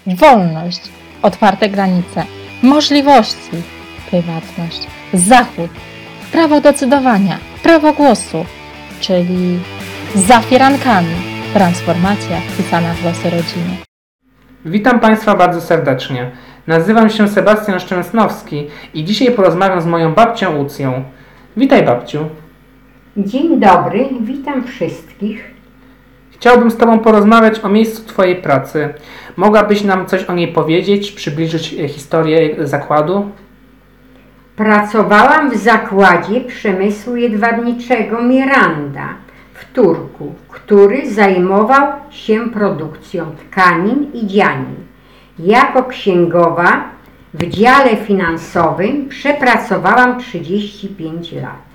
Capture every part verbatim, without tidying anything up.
wolność, otwarte granice, możliwości, prywatność, zachód, prawo decydowania, prawo głosu, czyli za firankami transformacja wpisana w losy rodziny. Witam Państwa bardzo serdecznie. Nazywam się Sebastian Szczęsnowski i dzisiaj porozmawiam z moją babcią Łucją. Witaj, babciu. Dzień dobry, witam wszystkich. Chciałbym z Tobą porozmawiać o miejscu Twojej pracy. Mogłabyś nam coś o niej powiedzieć, przybliżyć historię zakładu? Pracowałam w zakładzie przemysłu jedwabniczego Miranda w Turku, który zajmował się produkcją tkanin i dzianin. Jako księgowa w dziale finansowym przepracowałam trzydzieści pięć lat.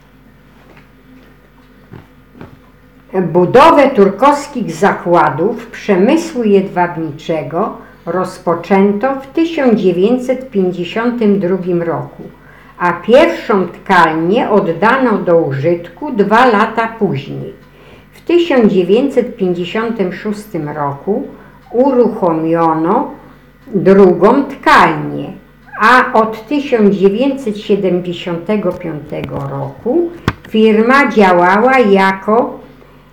Budowę turkowskich zakładów przemysłu jedwabniczego rozpoczęto w tysiąc dziewięćset pięćdziesiątym drugim roku, a pierwszą tkalnię oddano do użytku dwa lata później. W tysiąc dziewięćset pięćdziesiątym szóstym roku uruchomiono drugą tkalnię, a od tysiąc dziewięćset siedemdziesiątego piątego roku firma działała jako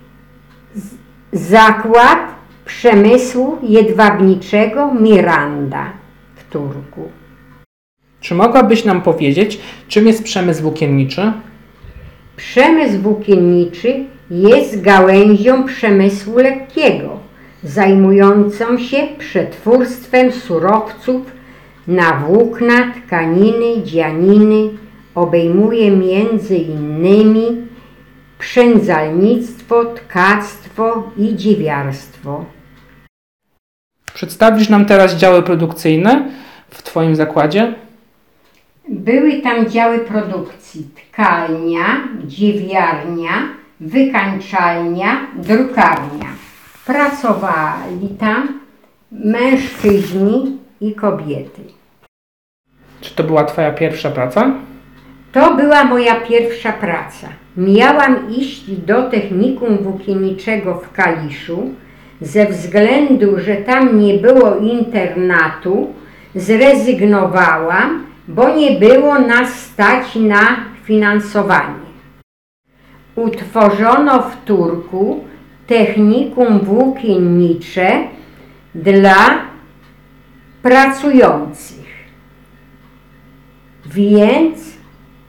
Zakład Przemysłu Jedwabniczego Miranda w Turku. Czy mogłabyś nam powiedzieć, czym jest przemysł włókienniczy? Przemysł włókienniczy jest gałęzią przemysłu lekkiego, zajmującą się przetwórstwem surowców na włókna, tkaniny, dzianiny. Obejmuje między innymi przędzalnictwo, tkactwo i dziewiarstwo. Przedstawisz nam teraz działy produkcyjne w Twoim zakładzie? Były tam działy produkcji: tkalnia, dziewiarnia, wykańczalnia, drukarnia. Pracowali tam mężczyźni i kobiety. Czy to była Twoja pierwsza praca? To była moja pierwsza praca. Miałam iść do technikum włókienniczego w Kaliszu. Ze względu, że tam nie było internatu, zrezygnowałam, bo nie było nas stać na finansowanie. Utworzono w Turku technikum włókiennicze dla pracujących, więc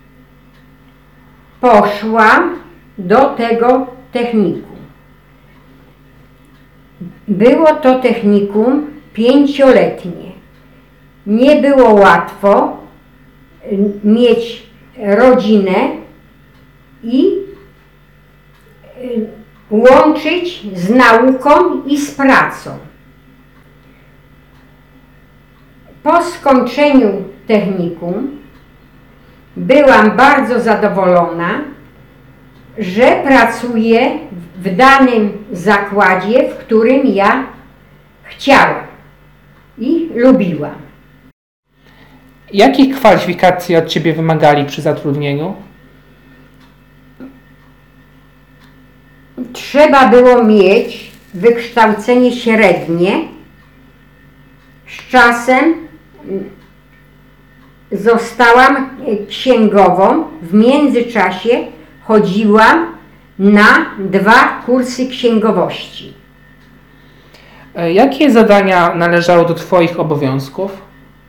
poszłam do tego technikum. Było to technikum pięcioletnie. Nie było łatwo mieć rodzinę i łączyć z nauką i z pracą. Po skończeniu technikum byłam bardzo zadowolona, że pracuję w danym zakładzie, w którym ja chciałam i lubiłam. Jakich kwalifikacji od Ciebie wymagali przy zatrudnieniu? Trzeba było mieć wykształcenie średnie. Z czasem zostałam księgową. W międzyczasie chodziłam na dwa kursy księgowości. Jakie zadania należały do Twoich obowiązków?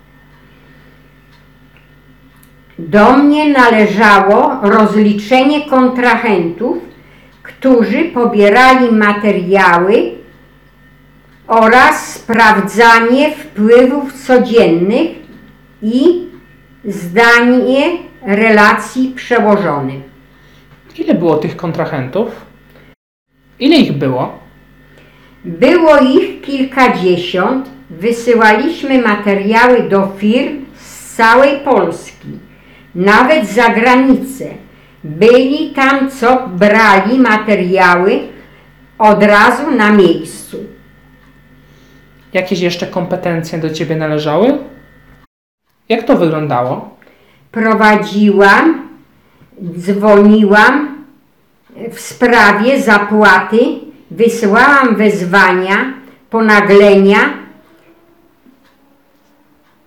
Do mnie należało rozliczenie kontrahentów, którzy pobierali materiały, oraz sprawdzanie wpływów codziennych i zdanie relacji przełożonych. Ile było tych kontrahentów? Ile ich było? Było ich kilkadziesiąt. Wysyłaliśmy materiały do firm z całej Polski, nawet za granicę. Byli tam, co brali materiały od razu na miejscu. Jakieś jeszcze kompetencje do Ciebie należały? Jak to wyglądało? Prowadziłam, dzwoniłam w sprawie zapłaty, wysyłałam wezwania, ponaglenia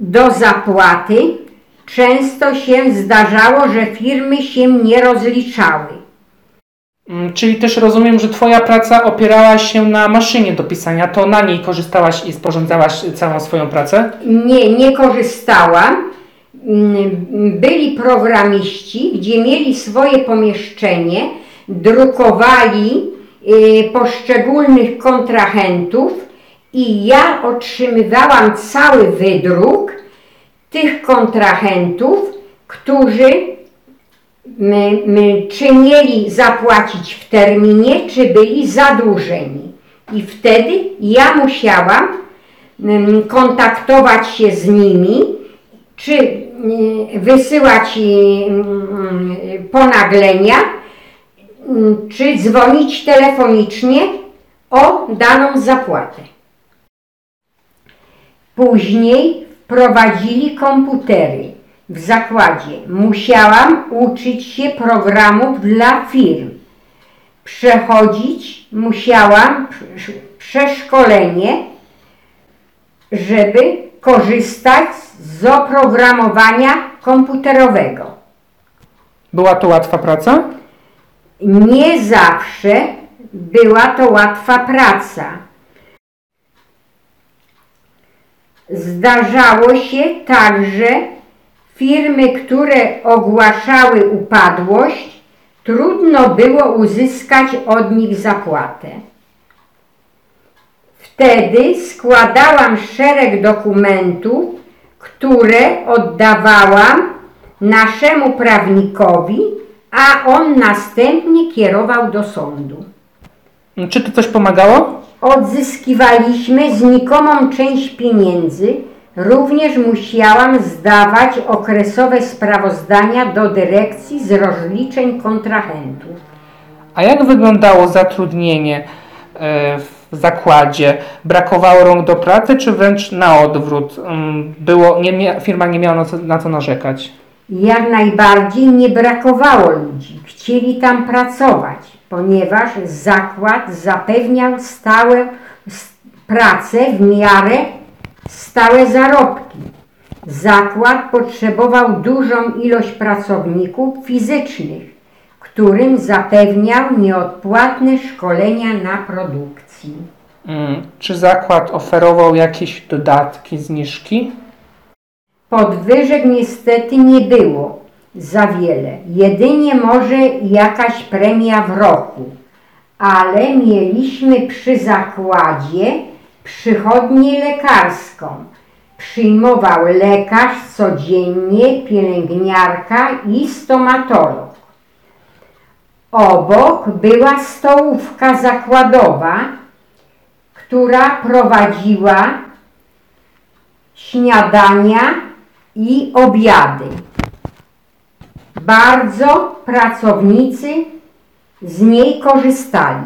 do zapłaty, często się zdarzało, że firmy się nie rozliczały. Czyli też rozumiem, że Twoja praca opierała się na maszynie do pisania, to na niej korzystałaś i sporządzałaś całą swoją pracę? Nie, nie korzystałam. Byli programiści, gdzie mieli swoje pomieszczenie, drukowali poszczególnych kontrahentów i ja otrzymywałam cały wydruk tych kontrahentów, którzy my, my, czy mieli zapłacić w terminie, czy byli zadłużeni. I wtedy ja musiałam um, kontaktować się z nimi, czy um, wysyłać um, ponaglenia, um, czy dzwonić telefonicznie o daną zapłatę. Później wprowadzili komputery w zakładzie. Musiałam uczyć się programów dla firm. Przechodzić musiałam przeszkolenie, żeby korzystać z oprogramowania komputerowego. Była to łatwa praca? Nie zawsze była to łatwa praca. Zdarzało się także firmy, które ogłaszały upadłość, trudno było uzyskać od nich zapłatę. Wtedy składałam szereg dokumentów, które oddawałam naszemu prawnikowi, a on następnie kierował do sądu. Czy to coś pomagało? Odzyskiwaliśmy znikomą część pieniędzy. Również musiałam zdawać okresowe sprawozdania do dyrekcji z rozliczeń kontrahentów. A jak wyglądało zatrudnienie w zakładzie? Brakowało rąk do pracy, czy wręcz na odwrót? Było, nie, firma nie miała na co, na co narzekać? Jak najbardziej nie brakowało ludzi. Chcieli tam pracować, ponieważ zakład zapewniał stałe pracę w miarę stałe zarobki. Zakład potrzebował dużą ilość pracowników fizycznych, którym zapewniał nieodpłatne szkolenia na produkcji. Hmm. Czy zakład oferował jakieś dodatki, zniżki? Podwyżek niestety nie było za wiele, jedynie może jakaś premia w roku, ale mieliśmy przy zakładzie przychodnię lekarską. Przyjmował lekarz codziennie, pielęgniarka i stomatolog. Obok była stołówka zakładowa, która prowadziła śniadania i obiady. Bardzo pracownicy z niej korzystali.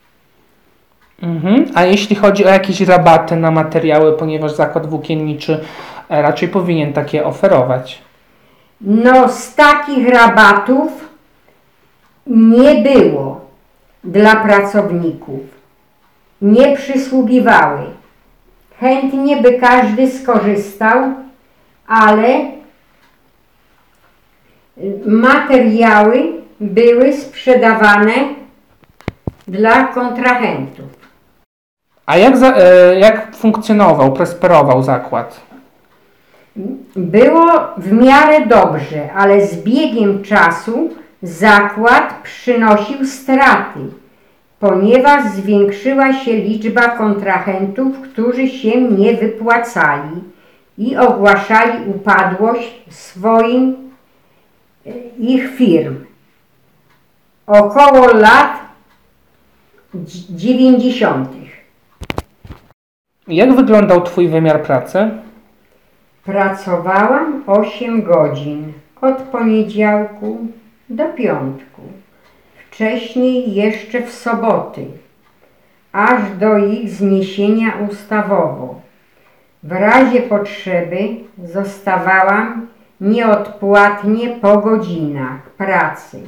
Mhm. A jeśli chodzi o jakieś rabaty na materiały, ponieważ zakład włókienniczy raczej powinien takie oferować? No z takich rabatów nie było dla pracowników. Nie przysługiwały. Chętnie by każdy skorzystał, ale materiały były sprzedawane dla kontrahentów. A jak, za, jak funkcjonował, prosperował zakład? Było w miarę dobrze, ale z biegiem czasu zakład przynosił straty, ponieważ zwiększyła się liczba kontrahentów, którzy się nie wypłacali i ogłaszali upadłość swoim ich firm. Około lat dziewięćdziesiątych. Jak wyglądał Twój wymiar pracy? Pracowałam osiem godzin od poniedziałku do piątku. Wcześniej jeszcze w soboty, aż do ich zniesienia ustawowo. W razie potrzeby zostawałam nieodpłatnie po godzinach pracy.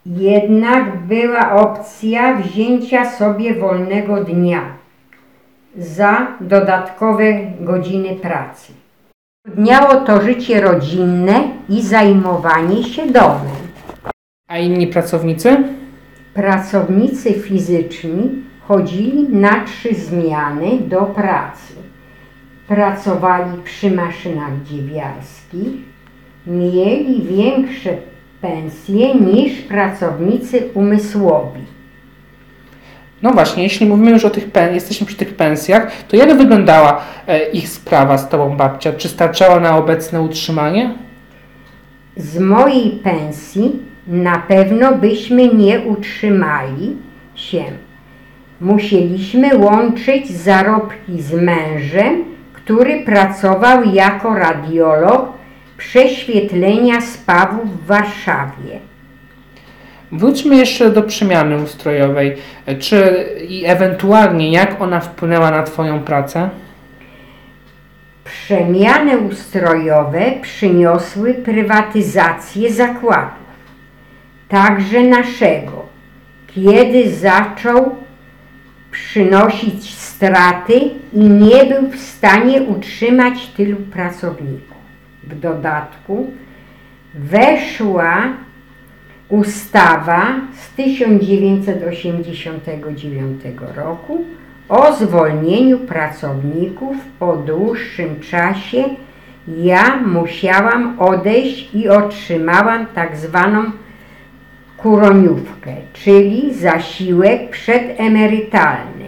Jednak była opcja wzięcia sobie wolnego dnia. za dodatkowe godziny pracy. Utrudniało to życie rodzinne i zajmowanie się domem. A inni pracownicy? Pracownicy fizyczni chodzili na trzy zmiany do pracy. Pracowali przy maszynach dziewiarskich, mieli większe pensje niż pracownicy umysłowi. No właśnie, jeśli mówimy już o tych pen- jesteśmy przy tych pensjach, to jak wyglądała e, ich sprawa z tobą, babcia? Czy starczała na obecne utrzymanie? Z mojej pensji na pewno byśmy nie utrzymali się. Musieliśmy łączyć zarobki z mężem, który pracował jako radiolog prześwietlenia spawów w Warszawie. Wróćmy jeszcze do przemiany ustrojowej. Czy i ewentualnie jak ona wpłynęła na twoją pracę? Przemiany ustrojowe przyniosły prywatyzację zakładów, także naszego, kiedy zaczął przynosić straty i nie był w stanie utrzymać tylu pracowników. W dodatku weszła ustawa z tysiąc dziewięćset osiemdziesiątego dziewiątego roku o zwolnieniu pracowników po dłuższym czasie. Ja musiałam odejść i otrzymałam tak zwaną kuroniówkę, czyli zasiłek przedemerytalny.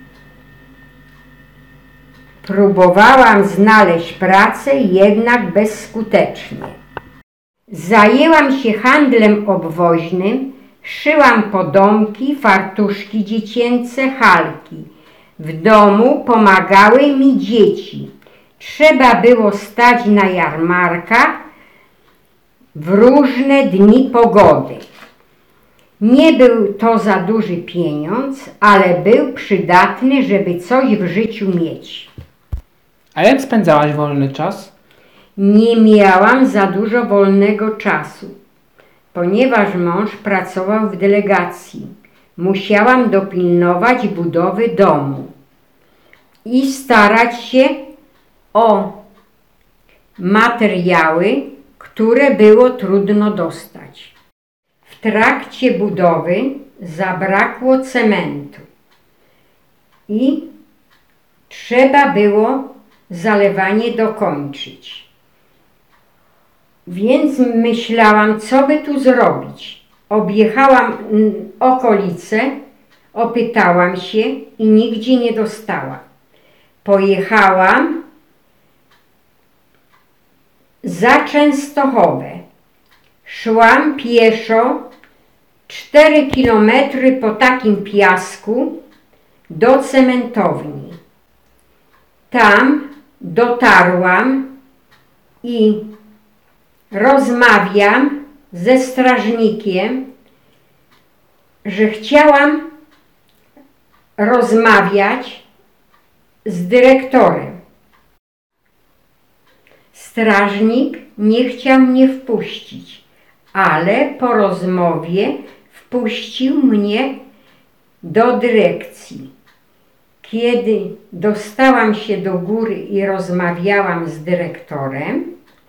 Próbowałam znaleźć pracę, jednak bezskutecznie. Zajęłam się handlem obwoźnym, szyłam podomki, fartuszki dziecięce, halki. W domu pomagały mi dzieci. Trzeba było stać na jarmarkach w różne dni pogody. Nie był to za duży pieniądz, ale był przydatny, żeby coś w życiu mieć. A jak spędzałaś wolny czas? Nie miałam za dużo wolnego czasu, ponieważ mąż pracował w delegacji. Musiałam dopilnować budowy domu i starać się o materiały, które było trudno dostać. W trakcie budowy zabrakło cementu i trzeba było zalewanie dokończyć. Więc myślałam, co by tu zrobić. Objechałam okolice, opytałam się i nigdzie nie dostała. Pojechałam za Częstochowę. Szłam pieszo cztery kilometry po takim piasku do cementowni. Tam dotarłam i rozmawiam ze strażnikiem, że chciałam rozmawiać z dyrektorem. Strażnik nie chciał mnie wpuścić, ale po rozmowie wpuścił mnie do dyrekcji. Kiedy dostałam się do góry i rozmawiałam z dyrektorem,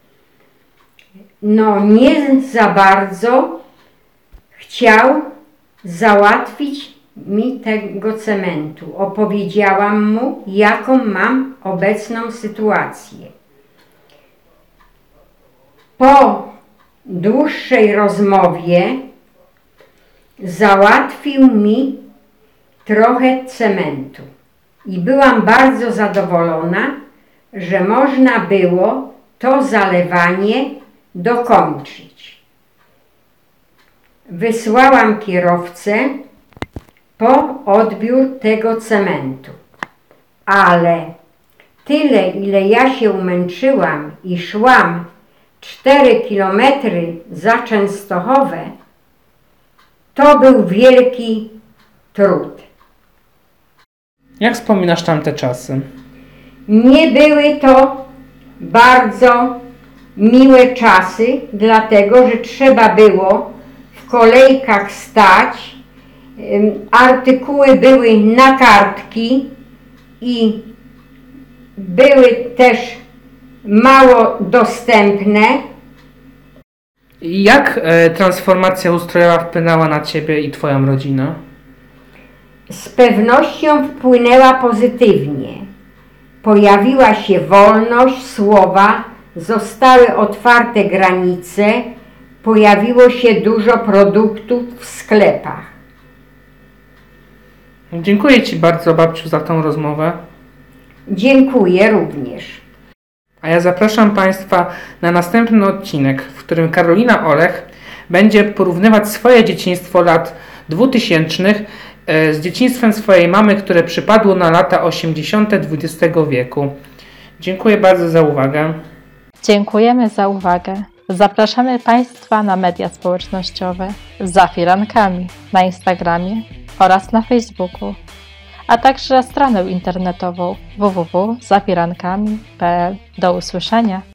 no nie za bardzo chciał załatwić mi tego cementu. Opowiedziałam mu, jaką mam obecną sytuację. Po dłuższej rozmowie załatwił mi trochę cementu i byłam bardzo zadowolona, że można było to zalewanie dokończyć. Wysłałam kierowcę po odbiór tego cementu, ale tyle, ile ja się umęczyłam i szłam cztery kilometry za Częstochowę, to był wielki trud. Jak wspominasz tamte czasy? Nie były to bardzo miłe czasy, dlatego że trzeba było w kolejkach stać, artykuły były na kartki i były też mało dostępne. Jak e, transformacja ustrojowa wpłynęła na Ciebie i Twoją rodzinę? Z pewnością wpłynęła pozytywnie. Pojawiła się wolność słowa, zostały otwarte granice, pojawiło się dużo produktów w sklepach. Dziękuję Ci bardzo, babciu, za tą rozmowę. Dziękuję również. A ja zapraszam Państwa na następny odcinek, w którym Karolina Olech będzie porównywać swoje dzieciństwo lat dwutysięcznych z dzieciństwem swojej mamy, które przypadło na lata osiemdziesiąte dwudziestego wieku. Dziękuję bardzo za uwagę. Dziękujemy za uwagę. Zapraszamy Państwa na media społecznościowe Za Firankami na Instagramie oraz na Facebooku, a także stronę internetową w w w kropka za firankami kropka p l. Do usłyszenia!